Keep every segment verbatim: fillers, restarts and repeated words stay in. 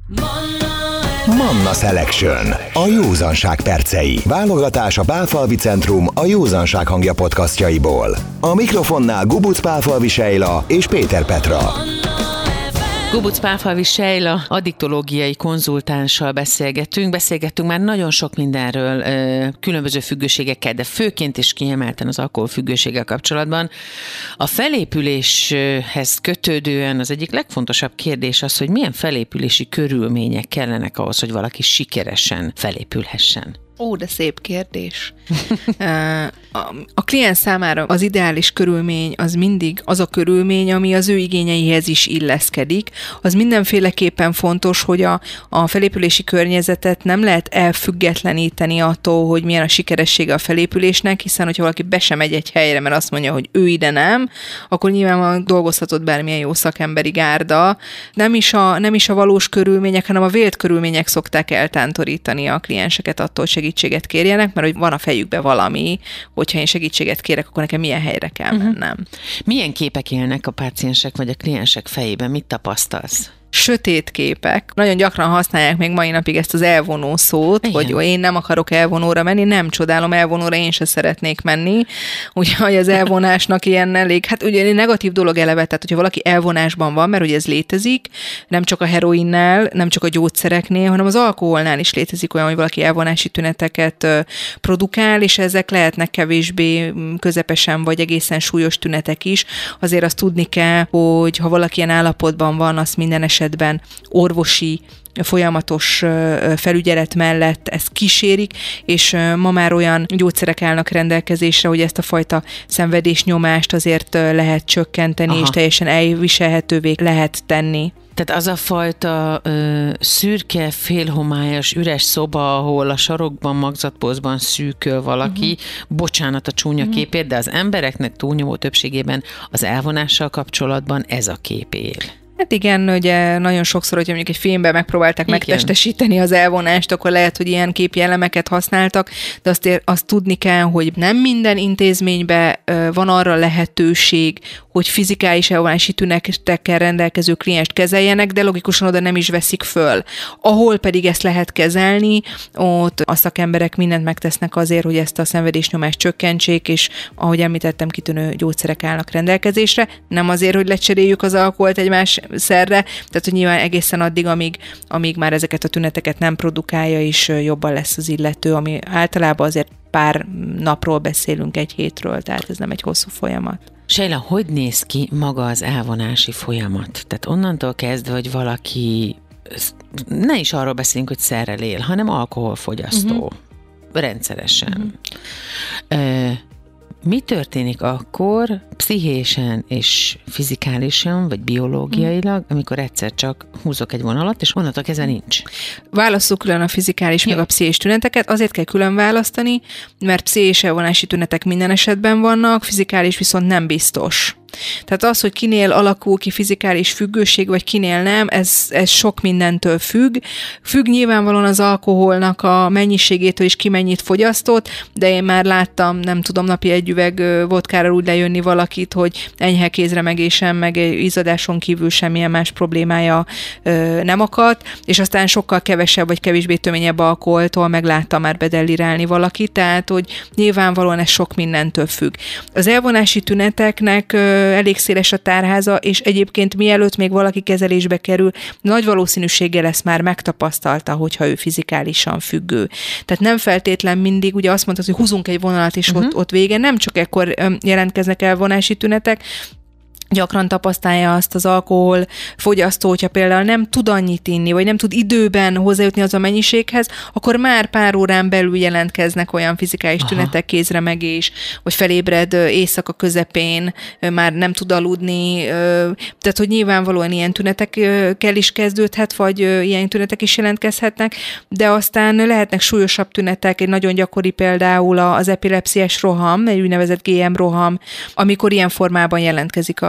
Manna Selection. A józanság percei. Válogatás a Pálfalvi Centrum a Józanság hangja podcastjaiból. A mikrofonnál Gubuc Pálfalvi Sejla és Péter Petra. Gubuc Pálfalvi Sejla addiktológiai konzultánssal beszélgettünk. Beszélgettünk már nagyon sok mindenről, különböző függőségekkel, de főként és kiemelten az alkoholfüggőséggel kapcsolatban. A felépüléshez kötődően az egyik legfontosabb kérdés az, hogy milyen felépülési körülmények kellenek ahhoz, hogy valaki sikeresen felépülhessen. Ó, de szép kérdés. A kliens számára az ideális körülmény az mindig az a körülmény, ami az ő igényeihez is illeszkedik. Az mindenféleképpen fontos, hogy a, a felépülési környezetet nem lehet elfüggetleníteni attól, hogy milyen a sikeressége a felépülésnek, hiszen hogyha valaki be sem megy egy helyre, mert azt mondja, hogy ő ide nem, akkor nyilván dolgozhatott bármilyen jó szakemberi gárda. Nem is a, nem is a valós körülmények, hanem a vélt körülmények szokták eltántorítani a klienseket attól, hogy segítséget kérjenek, mert hogy van a fejükben valami, hogyha én segítséget kérek, akkor nekem milyen helyre kell mennem. Uh-huh. Milyen képek élnek a páciensek vagy a kliensek fejében? Mit tapasztalsz? Sötét képek. Nagyon gyakran használják még mai napig ezt az elvonó szót, igen, hogy én nem akarok elvonóra menni, nem csodálom, elvonóra én se szeretnék menni. Úgyhogy az elvonásnak ilyen elég, hát ugye negatív dolog eleve, tehát hogyha valaki elvonásban van, mert ugye ez létezik, nem csak a heroinnál, nem csak a gyógyszereknél, hanem az alkoholnál is létezik olyan, hogy valaki elvonási tüneteket produkál, és ezek lehetnek kevésbé közepesen vagy egészen súlyos tünetek is. Azért azt tudni kell, hogy ha valaki ilyen állapotban van, azt minden esetben orvosi folyamatos felügyelet mellett ezt kísérik, és ma már olyan gyógyszerek állnak rendelkezésre, hogy ezt a fajta szenvedésnyomást azért lehet csökkenteni, aha, és teljesen elviselhetővé lehet tenni. Tehát az a fajta ö, szürke, félhomályos, üres szoba, ahol a sarokban, magzatpózban szűköl valaki, uh-huh. bocsánat a csúnya uh-huh. képért, de az embereknek túlnyomó többségében az elvonással kapcsolatban ez a kép él. Hát igen, ugye nagyon sokszor, hogyha mondjuk egy filmben megpróbálták igen. megtestesíteni az elvonást, akkor lehet, hogy ilyen képelemeket használtak, de azt, ér, azt tudni kell, hogy nem minden intézményben van arra lehetőség, hogy fizikális elvonási tünetekkel rendelkező klienst kezeljenek, de logikusan oda nem is veszik föl. Ahol pedig ezt lehet kezelni, ott a szakemberek mindent megtesznek azért, hogy ezt a szenvedésnyomást csökkentsék, és ahogy említettem, kitűnő gyógyszerek állnak rendelkezésre. Nem azért, hogy lecseréljük az alkoholt egymás szerre, tehát hogy nyilván egészen addig, amíg, amíg már ezeket a tüneteket nem produkálja, és jobban lesz az illető, ami általában azért pár napról beszélünk, egy hétről, tehát ez nem egy hosszú folyamat. Sejla, hogy néz ki maga az elvonási folyamat? Tehát onnantól kezdve, hogy valaki, ne is arról beszélünk, hogy szerrel él, hanem alkoholfogyasztó. Uh-huh. Rendszeresen. Uh-huh. Mi történik akkor pszichésen és fizikálisan, vagy biológiailag, amikor egyszer csak húzok egy vonalat, és onnantól kezdve nincs? Válasszuk külön a fizikális Jó. meg a pszichés tüneteket. Azért kell külön választani, mert pszichés elvonási tünetek minden esetben vannak, fizikális viszont nem biztos. Tehát az, hogy kinél alakul ki fizikális függőség, vagy kinél nem, ez, ez sok mindentől függ. Függ nyilvánvalóan az alkoholnak a mennyiségétől is, ki mennyit fogyasztott, de én már láttam, nem tudom, napi egy üveg vodkára úgy lejönni valakit, hogy enyhe kézremegésen, meg izzadáson kívül semmilyen más problémája ö, nem akadt, és aztán sokkal kevesebb, vagy kevésbé töményebb alkoholtól megláttam már bedellirálni valakit, tehát, hogy nyilvánvalóan ez sok mindentől függ. Az elvonási tüneteknek ö, elég széles a tárháza, és egyébként mielőtt még valaki kezelésbe kerül, nagy valószínűséggel ezt már megtapasztalta, hogyha ő fizikálisan függő. Tehát nem feltétlen mindig, ugye azt mondtad, hogy húzunk egy vonalat, és uh-huh. ott, ott vége, nem csak ekkor jelentkeznek elvonási tünetek, gyakran tapasztalja azt az alkohol fogyasztó, hogyha például nem tud annyit inni, vagy nem tud időben hozzájutni az a mennyiséghez, akkor már pár órán belül jelentkeznek olyan fizikális Aha. tünetek, kézremegés, vagy felébred éjszaka közepén, már nem tud aludni, tehát hogy nyilvánvalóan ilyen tünetekkel is kezdődhet, vagy ilyen tünetek is jelentkezhetnek, de aztán lehetnek súlyosabb tünetek, egy nagyon gyakori például az epilepsziás roham, egy úgynevezett gé em roham, amikor ilyen formában jelentkezik a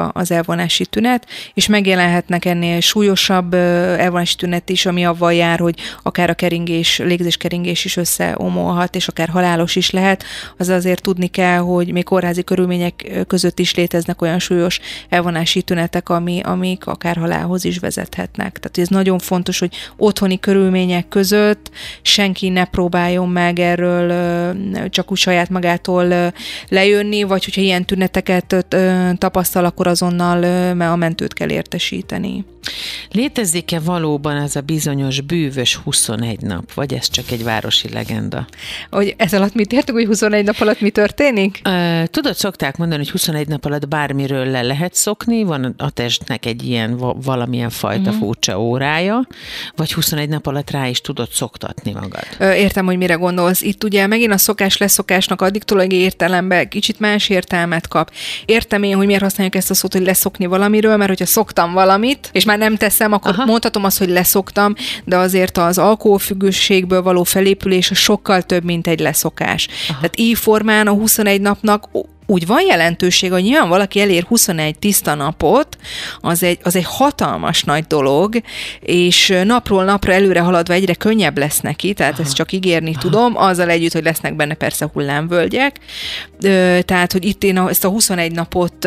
a, az elvonási tünet, és megjelenhetnek ennél súlyosabb elvonási tünet is, ami avval jár, hogy akár a keringés, légzéskeringés is összeomolhat, és akár halálos is lehet. Az azért tudni kell, hogy még kórházi körülmények között is léteznek olyan súlyos elvonási tünetek, ami, amik akár halálhoz is vezethetnek. Tehát ez nagyon fontos, hogy otthoni körülmények között senki ne próbáljon meg erről csak úgy saját magától lejönni, vagy hogyha ilyen tüneteket tapasztal, akkor azonnal a mentőt kell értesíteni. Létezik-e valóban az a bizonyos bűvös huszonegy nap, vagy ez csak egy városi legenda? Hogy ez alatt mit értünk, hogy huszonegy nap alatt mi történik? Tudod, szokták mondani, hogy huszonegy nap alatt bármiről le lehet szokni, van a testnek egy ilyen valamilyen fajta uh-huh. furcsa órája, vagy huszonegy nap alatt rá is tudod szoktatni magad. Értem, hogy mire gondolsz. Itt ugye megint a szokás-leszokásnak addiktológiai értelemben kicsit más értelmet kap. Értem én, hogy miért használjuk ezt a szót, hogy leszokni valamiről, mert hogyha szoktam valamit, és már nem teszem, akkor Aha. mondhatom azt, hogy leszoktam, de azért az alkoholfüggőségből való felépülés sokkal több, mint egy leszokás. Aha. Tehát így formán a huszonegy napnak úgy van jelentőség, hogy nyilván valaki elér huszonegy tiszta napot, az egy, az egy hatalmas nagy dolog, és napról napra előre haladva egyre könnyebb lesz neki, tehát Aha. ezt csak ígérni Aha. tudom, azzal együtt, hogy lesznek benne persze hullámvölgyek. Tehát, hogy itt én ezt a huszonegy napot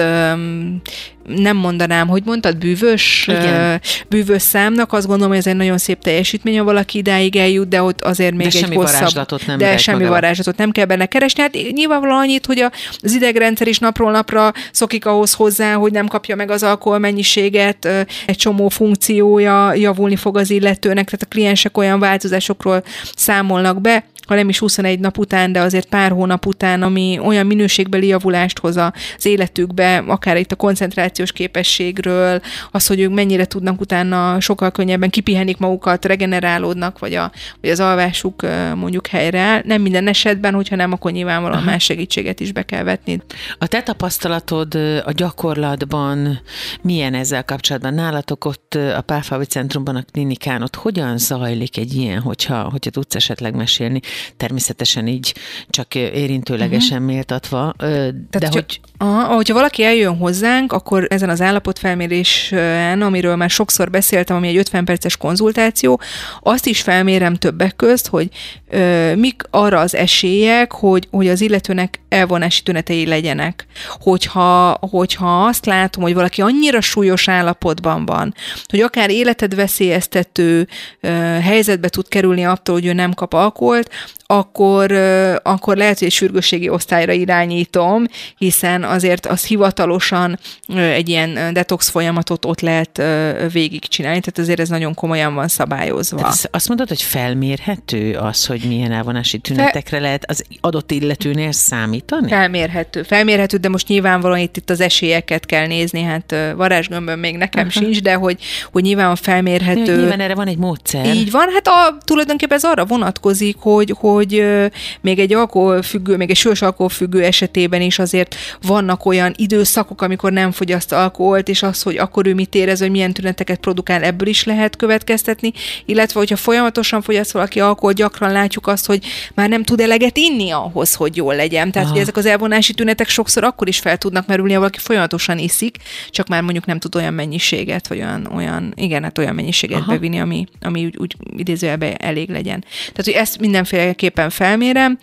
nem mondanám, hogy mondtad, bűvös, bűvös számnak, azt gondolom, hogy ez egy nagyon szép teljesítmény, ha valaki idáig eljut, de ott azért még de egy semmi hosszabb... varázslatot nem De semmi magába. varázslatot nem kell benne keresni. Hát nyilvánvalóan annyit, hogy az idegrendszer is napról napra szokik ahhoz hozzá, hogy nem kapja meg az alkoholmennyiséget, egy csomó funkciója javulni fog az illetőnek, tehát a kliensek olyan változásokról számolnak be, ha nem is huszonegy nap után, de azért pár hónap után, ami olyan minőségbeli javulást hoz az életükbe, akár itt a koncentrációs képességről, az, hogy ők mennyire tudnak utána sokkal könnyebben kipihenik magukat, regenerálódnak, vagy, a, vagy az alvásuk mondjuk helyreáll. Nem minden esetben, hogyha nem, akkor nyilvánvalóan Aha. más segítséget is be kell vetni. A te tapasztalatod a gyakorlatban milyen ezzel kapcsolatban? Nálatok ott a Pál-Falvi Centrumban, a klinikán ott hogyan zajlik egy ilyen, hogyha, hogyha tudsz esetleg mesélni? Természetesen így csak érintőlegesen uh-huh. méltatva. De Tehát, hogy... Aha, hogyha valaki eljön hozzánk, akkor ezen az állapotfelmérésen, amiről már sokszor beszéltem, ami egy ötven perces konzultáció, azt is felmérem többek közt, hogy ö, mik arra az esélyek, hogy, hogy az illetőnek elvonási tünetei legyenek. Hogyha, hogyha azt látom, hogy valaki annyira súlyos állapotban van, hogy akár életed veszélyeztető ö, helyzetbe tud kerülni attól, hogy ő nem kap alkoholt, akkor, akkor lehet, hogy egy sürgősségi osztályra irányítom, hiszen azért az hivatalosan egy ilyen detox folyamatot ott lehet végigcsinálni, tehát azért ez nagyon komolyan van szabályozva. Tehát azt mondod, hogy felmérhető az, hogy milyen elvonási tünetekre Fel... lehet az adott illetőnél számítani? Felmérhető. Felmérhető, de most nyilvánvalóan itt, itt az esélyeket kell nézni, hát varázsgömbön még nekem uh-huh. sincs, de hogy, hogy nyilván felmérhető. Nyilván erre van egy módszer. Így van, hát a, tulajdonképpen ez arra vonatkozik, hogy, hogy hogy még egy alkoholfüggő, még egy súlyos alkoholfüggő esetében is azért vannak olyan időszakok, amikor nem fogyaszt alkoholt, és az, hogy akkor ő mit érez, hogy milyen tüneteket produkál, ebből is lehet következtetni, illetve hogyha folyamatosan fogyaszt valaki alkoholt, gyakran látjuk azt, hogy már nem tud eleget inni ahhoz, hogy jól legyen. Tehát, hogy ezek az elvonási tünetek sokszor akkor is fel tudnak merülni, ha valaki folyamatosan iszik, csak már mondjuk nem tud olyan mennyiséget, vagy olyan, olyan igen, hát olyan mennyiséget Aha. bevinni, ami, ami úgy, úgy idézőjelben elég legyen. Tehát, hogy ezt mindenféleképpen felmérem.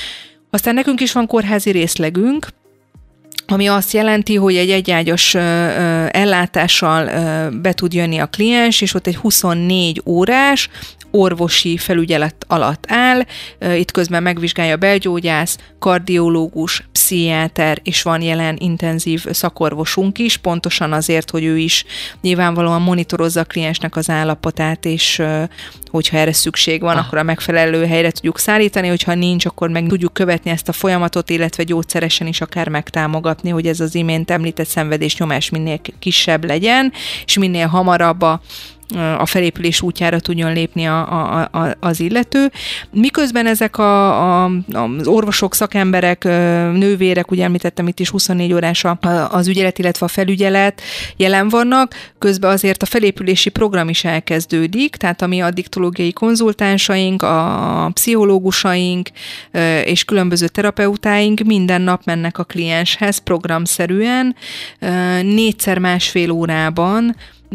Aztán nekünk is van kórházi részlegünk, ami azt jelenti, hogy egy egyágyas ellátással be tud jönni a kliens, és ott egy huszonnégy órás orvosi felügyelet alatt áll. Itt közben megvizsgálja a belgyógyász, kardiológus, pszichiáter, és van jelen intenzív szakorvosunk is, pontosan azért, hogy ő is nyilvánvalóan monitorozza a kliensnek az állapotát, és hogyha erre szükség van, ah. akkor a megfelelő helyre tudjuk szállítani, hogyha nincs, akkor meg tudjuk követni ezt a folyamatot, illetve gyógyszeresen is akár megtámogatni, hogy ez az imént említett szenvedésnyomás minél kisebb legyen, és minél hamarabb a a felépülés útjára tudjon lépni a, a, a, az illető. Miközben ezek a, a, az orvosok, szakemberek, nővérek, ugye említettem itt is huszonnégy órás az ügyelet, illetve a felügyelet jelen vannak, közben azért a felépülési program is elkezdődik, tehát ami addiktológiai konzultánsaink, a pszichológusaink és különböző terapeutáink minden nap mennek a klienshez programszerűen, négyszer másfél órában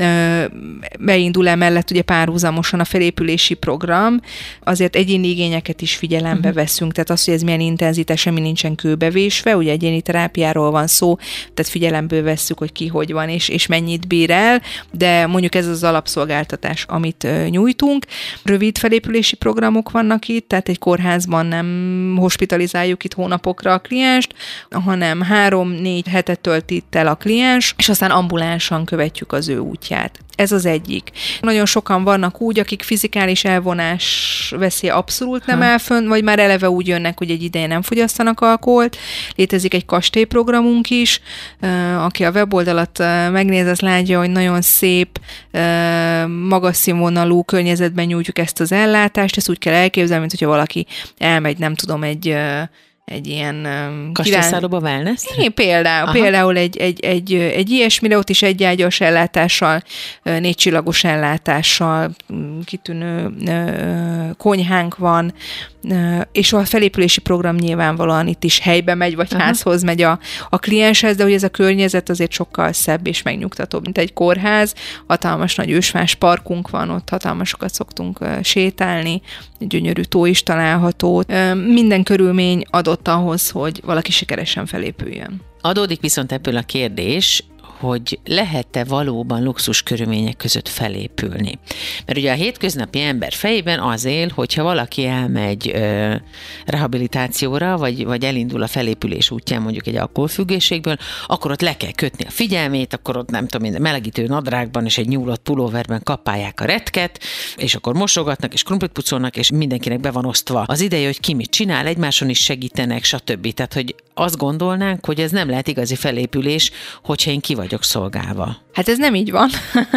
beindul emellett ugye párhuzamosan a felépülési program, azért egyéni igényeket is figyelembe uh-huh. veszünk, tehát az, hogy ez milyen intenzitás, semmi nincsen kőbevésve, ugye egyéni terápiáról van szó, tehát figyelembe vesszük, hogy ki hogy van, és, és mennyit bír el, de mondjuk ez az alapszolgáltatás, amit uh, nyújtunk. Rövid felépülési programok vannak itt, tehát egy kórházban nem hospitalizáljuk itt hónapokra a klienst, hanem három-négy hetet tölt itt el a kliens, és aztán ambulánsan követjük az ő útját. Ez az egyik. Nagyon sokan vannak úgy, akik fizikális elvonás veszélye abszolút nem áll fönn, vagy már eleve úgy jönnek, hogy egy ideje nem fogyasztanak alkoholt. Létezik egy kastélyprogramunk is, aki a weboldalat megnéz, az látja, hogy nagyon szép, magas színvonalú környezetben nyújtjuk ezt az ellátást. Ezt úgy kell elképzelni, mint hogyha valaki elmegy, nem tudom, egy egy ilyen... Kastélyszállóba wellness? Igen, például, például egy, egy, egy, egy ilyesmire, ott is egy ágyas ellátással, négy csillagos ellátással, kitűnő konyhánk van, és a felépülési program nyilvánvalóan itt is helybe megy, vagy Aha. házhoz megy a, a klienshez, de hogy ez a környezet azért sokkal szebb és megnyugtatóbb, mint egy kórház. Hatalmas nagy ősfás parkunk van, ott hatalmasokat szoktunk sétálni, gyönyörű tó is található. Minden körülmény adott ahhoz, hogy valaki sikeresen felépüljön. Adódik viszont ebből a kérdés, hogy lehet-e valóban luxus körülmények között felépülni. Mert ugye a hétköznapi ember fejében az él, hogyha valaki elmegy ö, rehabilitációra, vagy, vagy elindul a felépülés útján mondjuk egy alkoholfüggőségből, akkor ott le kell kötni a figyelmét, akkor ott nem tudom, minden melegítő nadrágban és egy nyúlott pulóverben kapálják a retket, és akkor mosogatnak, és krumplit pucolnak, és mindenkinek be van osztva az ideje, hogy ki mit csinál, egymáson is segítenek, stb. Tehát, hogy azt gondolnánk, hogy ez nem lehet igazi felépülés, hogyha én ki vagyok szolgálva. Hát ez nem így van.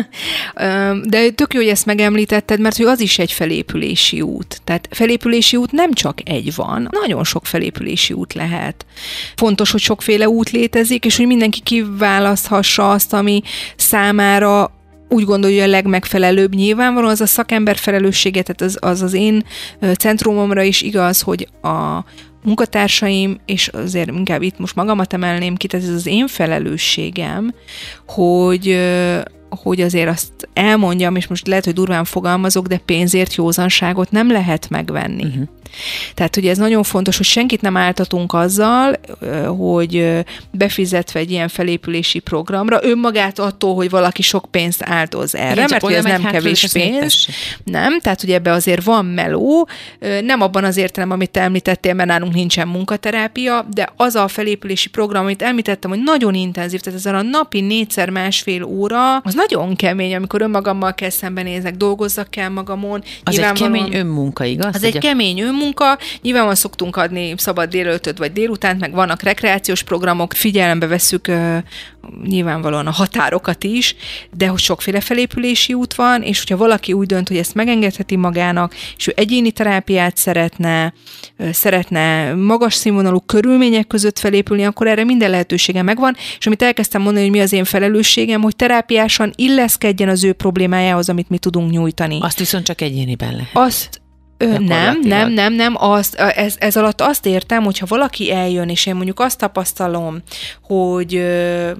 De tök jó, hogy ezt megemlítetted, mert hogy az is egy felépülési út. Tehát felépülési út nem csak egy van, nagyon sok felépülési út lehet. Fontos, hogy sokféle út létezik, és hogy mindenki kiválaszthassa azt, ami számára úgy gondolja a legmegfelelőbb. Nyilvánvalóan az a szakember felelőssége, tehát az, az az én centrumomra is igaz, hogy a munkatársaim, és azért inkább itt most magamat emelném ki, tehát ez az én felelősségem, hogy, hogy azért azt elmondjam, és most lehet, hogy durván fogalmazok, de pénzért józanságot nem lehet megvenni. Uh-huh. Tehát ugye ez nagyon fontos, hogy senkit nem áltatunk azzal, hogy befizetve egy ilyen felépülési programra, önmagát attól, hogy valaki sok pénzt áldoz erre, igen, mert ez nem kevés pénz. Nem, tehát ugye ebbe azért van meló, nem abban az értelem, amit te említettél, mert nálunk nincsen munkaterápia, de az a felépülési program, amit említettem, hogy nagyon intenzív, tehát ezen a napi négyszer másfél óra, az nagyon kemény, amikor önmagammal kell szembenézek, dolgozzak kell magamon. Az egy kemény önmunka, igaz? Az egy kemény önmunka, nyilván szoktunk adni szabad délelőttöt vagy délutánt, meg vannak rekreációs programok, figyelembe vesszük uh, nyilvánvalóan a határokat is, de hogy sokféle felépülési út van, és hogyha valaki úgy dönt, hogy ezt megengedheti magának, és ő egyéni terápiát szeretne, uh, szeretne magas színvonalú körülmények között felépülni, akkor erre minden lehetősége megvan, és amit elkezdtem mondani, hogy mi az én felelősségem, hogy terápiásan illeszkedjen az ő problémájához, amit mi tudunk nyújtani. Azt viszont csak egyéniben lehet. Azt Ö, nem, nem, nem, nem, azt, ez, ez alatt azt értem, hogyha valaki eljön, és én mondjuk azt tapasztalom, hogy ö,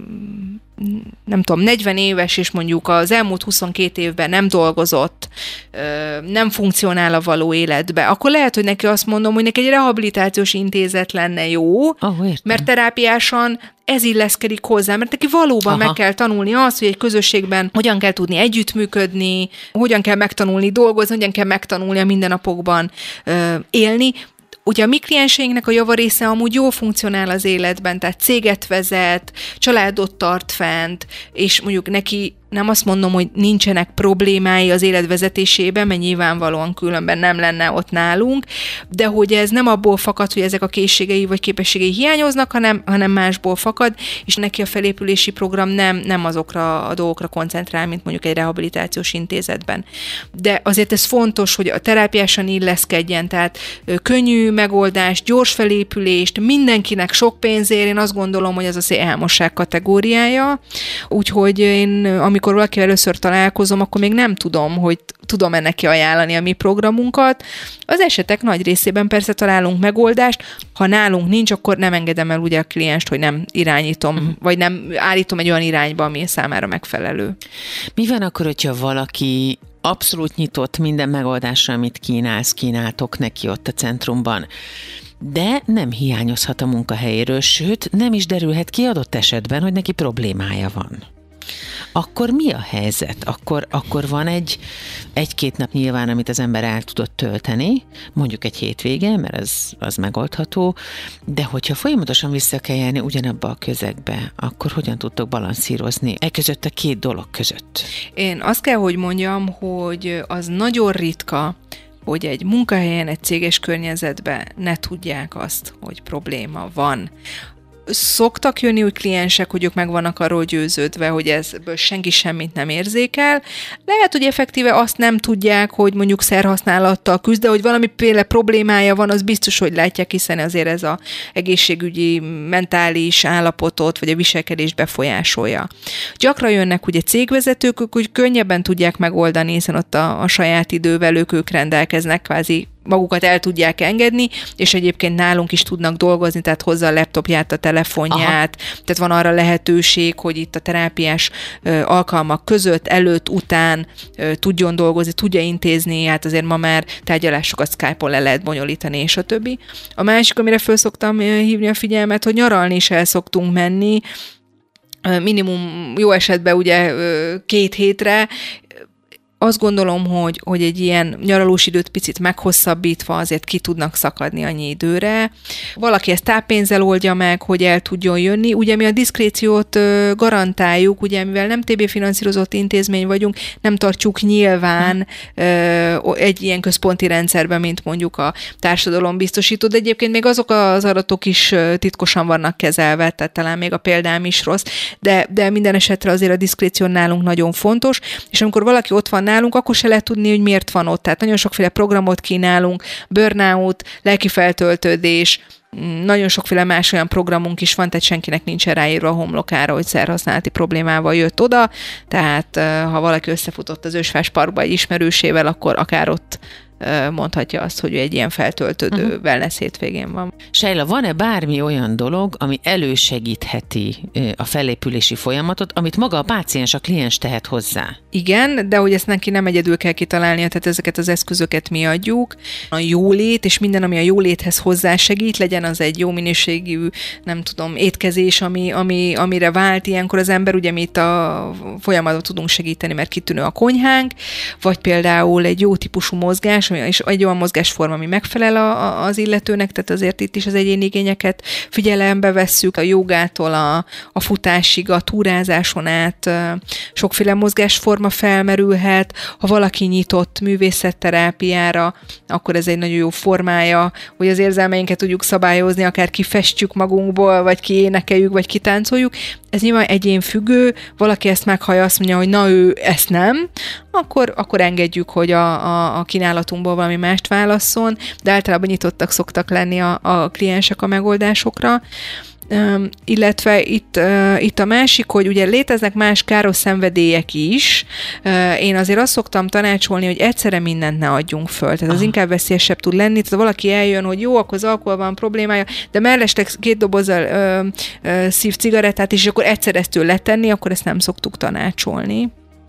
nem tudom, negyven éves, és mondjuk az elmúlt huszonkét évben nem dolgozott, nem funkcionál a való életbe, akkor lehet, hogy neki azt mondom, hogy neki egy rehabilitációs intézet lenne jó, oh, mert terápiásan ez illeszkedik hozzá, mert neki valóban Aha. meg kell tanulni azt, hogy egy közösségben hogyan kell tudni együttműködni, hogyan kell megtanulni dolgozni, hogyan kell megtanulni a mindennapokban ö, élni. Ugye a mi klienseinknek a javarésze amúgy jól funkcionál az életben, tehát céget vezet, családot tart fent, és mondjuk neki nem azt mondom, hogy nincsenek problémái az életvezetésében, mert nyilvánvalóan különben nem lenne ott nálunk, de hogy ez nem abból fakad, hogy ezek a készségei vagy képességei hiányoznak, hanem, hanem másból fakad, és neki a felépülési program nem, nem azokra a dolgokra koncentrál, mint mondjuk egy rehabilitációs intézetben. De azért ez fontos, hogy a terápiásan illeszkedjen, tehát könnyű megoldást, gyors felépülést, mindenkinek sok pénzért, én azt gondolom, hogy ez az elmosság kategóriája, úgyhogy én, amikor valakivel először találkozom, akkor még nem tudom, hogy tudom-e neki ajánlani a mi programunkat. Az esetek nagy részében persze találunk megoldást, ha nálunk nincs, akkor nem engedem el ugye a klienst, hogy nem irányítom, uh-huh. vagy nem állítom egy olyan irányba, ami számára megfelelő. Mi van akkor, hogyha valaki abszolút nyitott minden megoldásra, amit kínálsz, kínáltok neki ott a centrumban, de nem hiányozhat a munkahelyéről, sőt, nem is derülhet ki adott esetben, hogy neki problémája van. Akkor mi a helyzet? Akkor, akkor van egy, egy-két nap nyilván, amit az ember el tudott tölteni, mondjuk egy hétvége, mert az, az megoldható, de hogyha folyamatosan vissza kell járni ugyanabba a közegbe, akkor hogyan tudtok balanszírozni e között a két dolog között? Én azt kell, hogy mondjam, hogy az nagyon ritka, hogy egy munkahelyen, egy céges környezetben ne tudják azt, hogy probléma van. Szoktak jönni úgy kliensek, hogy ők meg vannak arról győződve, hogy ebből senki semmit nem érzékel. Lehet, hogy effektíve azt nem tudják, hogy mondjuk szerhasználattal küzd, de hogy valamiféle problémája van, az biztos, hogy látják, hiszen azért ez az egészségügyi, mentális állapotot, vagy a viselkedést befolyásolja. Gyakran jönnek ugye cégvezetők, ők úgy könnyebben tudják megoldani, hiszen ott a, a saját idővel ők, ők rendelkeznek, kvázi magukat el tudják engedni, és egyébként nálunk is tudnak dolgozni, tehát hozza a laptopját, a telefonját, aha. Tehát van arra lehetőség, hogy itt a terápiás ö, alkalmak között, előtt, után ö, tudjon dolgozni, tudja intézni, hát azért ma már tárgyalásokat Skype-on le lehet bonyolítani, és a többi. A másik, amire föl szoktam hívni a figyelmet, hogy nyaralni is el szoktunk menni, minimum jó esetben ugye két hétre. Azt gondolom, hogy, hogy egy ilyen nyaralós időt picit meghosszabbítva azért ki tudnak szakadni annyi időre. Valaki ezt táppénzzel oldja meg, hogy el tudjon jönni. Ugye mi a diszkréciót garantáljuk, ugye mivel nem té bé finanszírozott intézmény vagyunk, nem tartjuk nyilván hmm. egy ilyen központi rendszerben, mint mondjuk a társadalombiztosító, de egyébként még azok az adatok is titkosan vannak kezelve, tehát talán még a példám is rossz, de, de minden esetre azért a diszkréció nálunk nagyon fontos, és amikor valaki ott van nálunk, akkor se lehet tudni, hogy miért van ott. Tehát nagyon sokféle programot kínálunk, burnout, lelki feltöltődés, nagyon sokféle más olyan programunk is van, tehát senkinek nincsen ráírva a homlokára, hogy szerhasználati problémával jött oda, tehát ha valaki összefutott az Ősfás Parkba egy ismerősével, akkor akár ott mondhatja azt, hogy egy ilyen feltöltődő uh-huh. wellness hétvégén van. Sejla, van-e bármi olyan dolog, ami elősegítheti a felépülési folyamatot, amit maga a páciens, a kliens tehet hozzá? Igen, de hogy ezt neki nem egyedül kell kitalálnia, tehát ezeket az eszközöket mi adjuk. A jólét, és minden, ami a jóléthez hozzásegít, legyen az egy jó minőségű, nem tudom, étkezés, ami, ami, amire vált ilyenkor az ember, ugye mi itt a folyamatban tudunk segíteni, mert kitűnő a konyhánk, vagy például egy jó típusú mozgás, és egy olyan mozgásforma, ami megfelel a, a, az illetőnek, tehát azért itt is az egyéni igényeket figyelembe vesszük, a jogától a, a futásig, a túrázáson át sokféle mozgásforma felmerülhet. Ha valaki nyitott művészetterápiára, akkor ez egy nagyon jó formája, hogy az érzelmeinket tudjuk szabályozni, akár kifestjük magunkból, vagy kiénekeljük, vagy kitáncoljuk. Ez nyilván egyénfüggő, valaki ezt meghallja, azt mondja, hogy na ő ezt nem, akkor, akkor engedjük, hogy a, a, a kínálatunkból valami mást válasszon, de általában nyitottak szoktak lenni a, a kliensek a megoldásokra. Um, illetve itt, uh, itt a másik, hogy ugye léteznek más káros szenvedélyek is. Uh, én azért azt szoktam tanácsolni, hogy egyszerre mindent ne adjunk föl. Tehát az Aha. inkább veszélyesebb tud lenni. Tehát valaki eljön, hogy jó, akkor az alkohol van problémája, de mellesleg két dobozzal uh, uh, szív cigarettát, és akkor egyszer ezt ő letenni, akkor ezt nem szoktuk tanácsolni.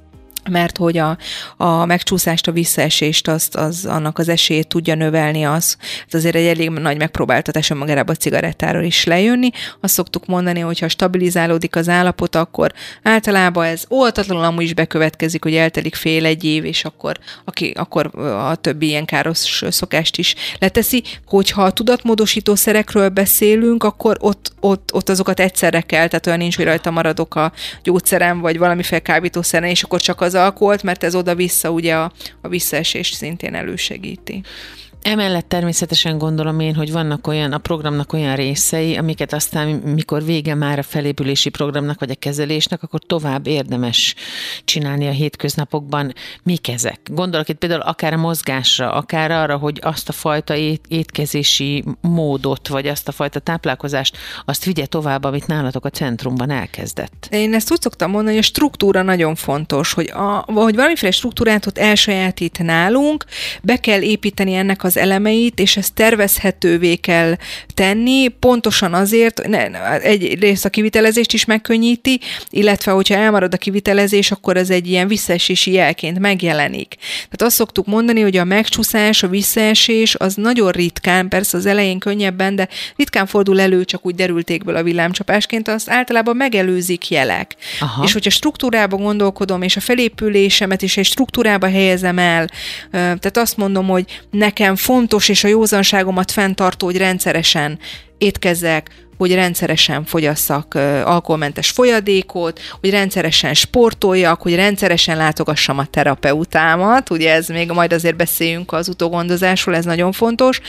mert hogy a, a megcsúszást, a visszaesést, azt, az, annak az esélyét tudja növelni, az, az azért egy elég nagy megpróbáltatás magába a cigarettáról is lejönni. Azt szoktuk mondani, hogy ha stabilizálódik az állapot, akkor általában ez oltatlanul amúgy is bekövetkezik, hogy eltelik fél egy év, és akkor, aki, akkor a többi ilyen káros szokást is leteszi. Hogyha a tudatmódosító szerekről beszélünk, akkor ott, ott, ott azokat egyszerre kell, tehát olyan nincs, hogy rajta maradok a gyógyszerem, vagy valamiféle kábítószeren, és akkor csak az alkoholt, mert ez oda-vissza ugye a, a visszaesést szintén elősegíti. Emellett természetesen gondolom én, hogy vannak olyan, a programnak olyan részei, amiket aztán, mikor vége már a felépülési programnak, vagy a kezelésnek, akkor tovább érdemes csinálni a hétköznapokban. Mik ezek? Gondolok itt például akár a mozgásra, akár arra, hogy azt a fajta ét, étkezési módot, vagy azt a fajta táplálkozást, azt vigye tovább, amit nálatok a centrumban elkezdett. Én ezt úgy szoktam mondani, hogy a struktúra nagyon fontos, hogy, a, hogy valamiféle struktúrát ott elsajátít nálunk, be kell építeni ennek az elemeit, és ezt tervezhetővé kell tenni, pontosan azért, ne, egy rész a kivitelezést is megkönnyíti, illetve hogyha elmarad a kivitelezés, akkor ez egy ilyen visszaesési jelként megjelenik. Tehát azt szoktuk mondani, hogy a megcsúszás, a visszaesés az nagyon ritkán, persze az elején könnyebben, de ritkán fordul elő csak úgy derültékből a villámcsapásként, azt általában megelőzik jelek. Aha. És hogyha struktúrába gondolkodom, és a felépülésemet is egy struktúrába helyezem el, tehát azt mondom, hogy nekem fontos, és a józanságomat fenntartó, hogy rendszeresen étkezzek, hogy rendszeresen fogyasszak alkoholmentes folyadékot, hogy rendszeresen sportoljak, hogy rendszeresen látogassam a terapeutámat, ugye ez még majd azért beszéljünk az utógondozásról, ez nagyon fontos.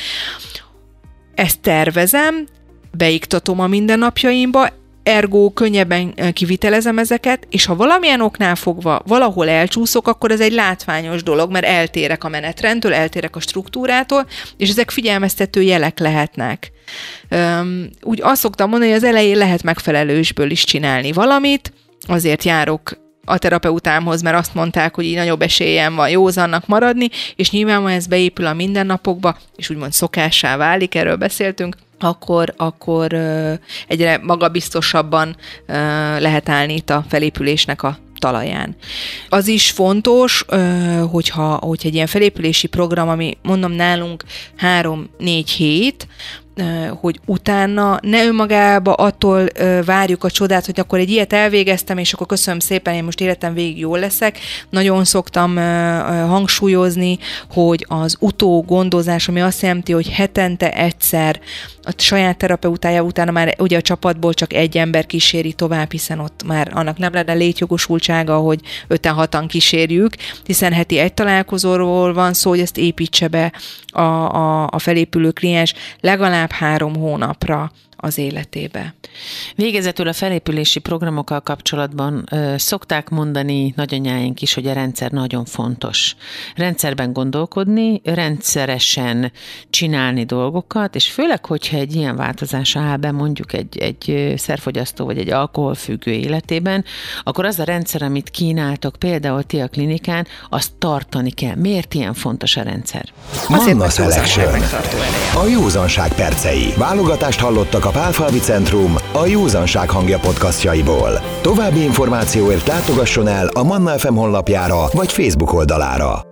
Ezt tervezem, beiktatom a mindennapjaimba, ergo könnyebben kivitelezem ezeket, és ha valamilyen oknál fogva valahol elcsúszok, akkor ez egy látványos dolog, mert eltérek a menetrendtől, eltérek a struktúrától, és ezek figyelmeztető jelek lehetnek. Üm, úgy azt szoktam mondani, hogy az elején lehet megfelelősből is csinálni valamit, azért járok a terapeutámhoz, mert azt mondták, hogy így nagyobb esélyem van józannak maradni, és nyilván ez beépül a mindennapokba, és úgymond szokássá válik, erről beszéltünk, akkor, akkor uh, egyre magabiztosabban uh, lehet állni itt a felépülésnek a talaján. Az is fontos, uh, hogyha, hogyha egy ilyen felépülési program, ami mondom nálunk három-négy hét, hogy utána ne önmagába attól várjuk a csodát, hogy akkor egy ilyet elvégeztem, és akkor köszönöm szépen, én most életem végig jól leszek. Nagyon szoktam hangsúlyozni, hogy az utógondozás, ami azt jelenti, hogy hetente egyszer a saját terapeutája utána már ugye a csapatból csak egy ember kíséri tovább, hiszen ott már annak nem lenne létjogosultsága, hogy öten-hatan kísérjük, hiszen heti egy találkozóról van szó, hogy ezt építse be a, a, a felépülő kliens legalább három hónapra az életébe. Végezetül a felépülési programokkal kapcsolatban ö, szokták mondani nagyanyáink is, hogy a rendszer nagyon fontos. Rendszerben gondolkodni, rendszeresen csinálni dolgokat, és főleg, hogyha egy ilyen változás áll be mondjuk egy, egy szerfogyasztó vagy egy alkoholfüggő életében, akkor az a rendszer, amit kínáltok, például ti a klinikán, azt tartani kell. Miért ilyen fontos a rendszer? Manna Selection. A józanság percei. Válogatást hallottak a Pálfalvi Centrum a Józanság hangja podcastjaiból. További információért látogasson el a Manna ef em honlapjára vagy Facebook oldalára.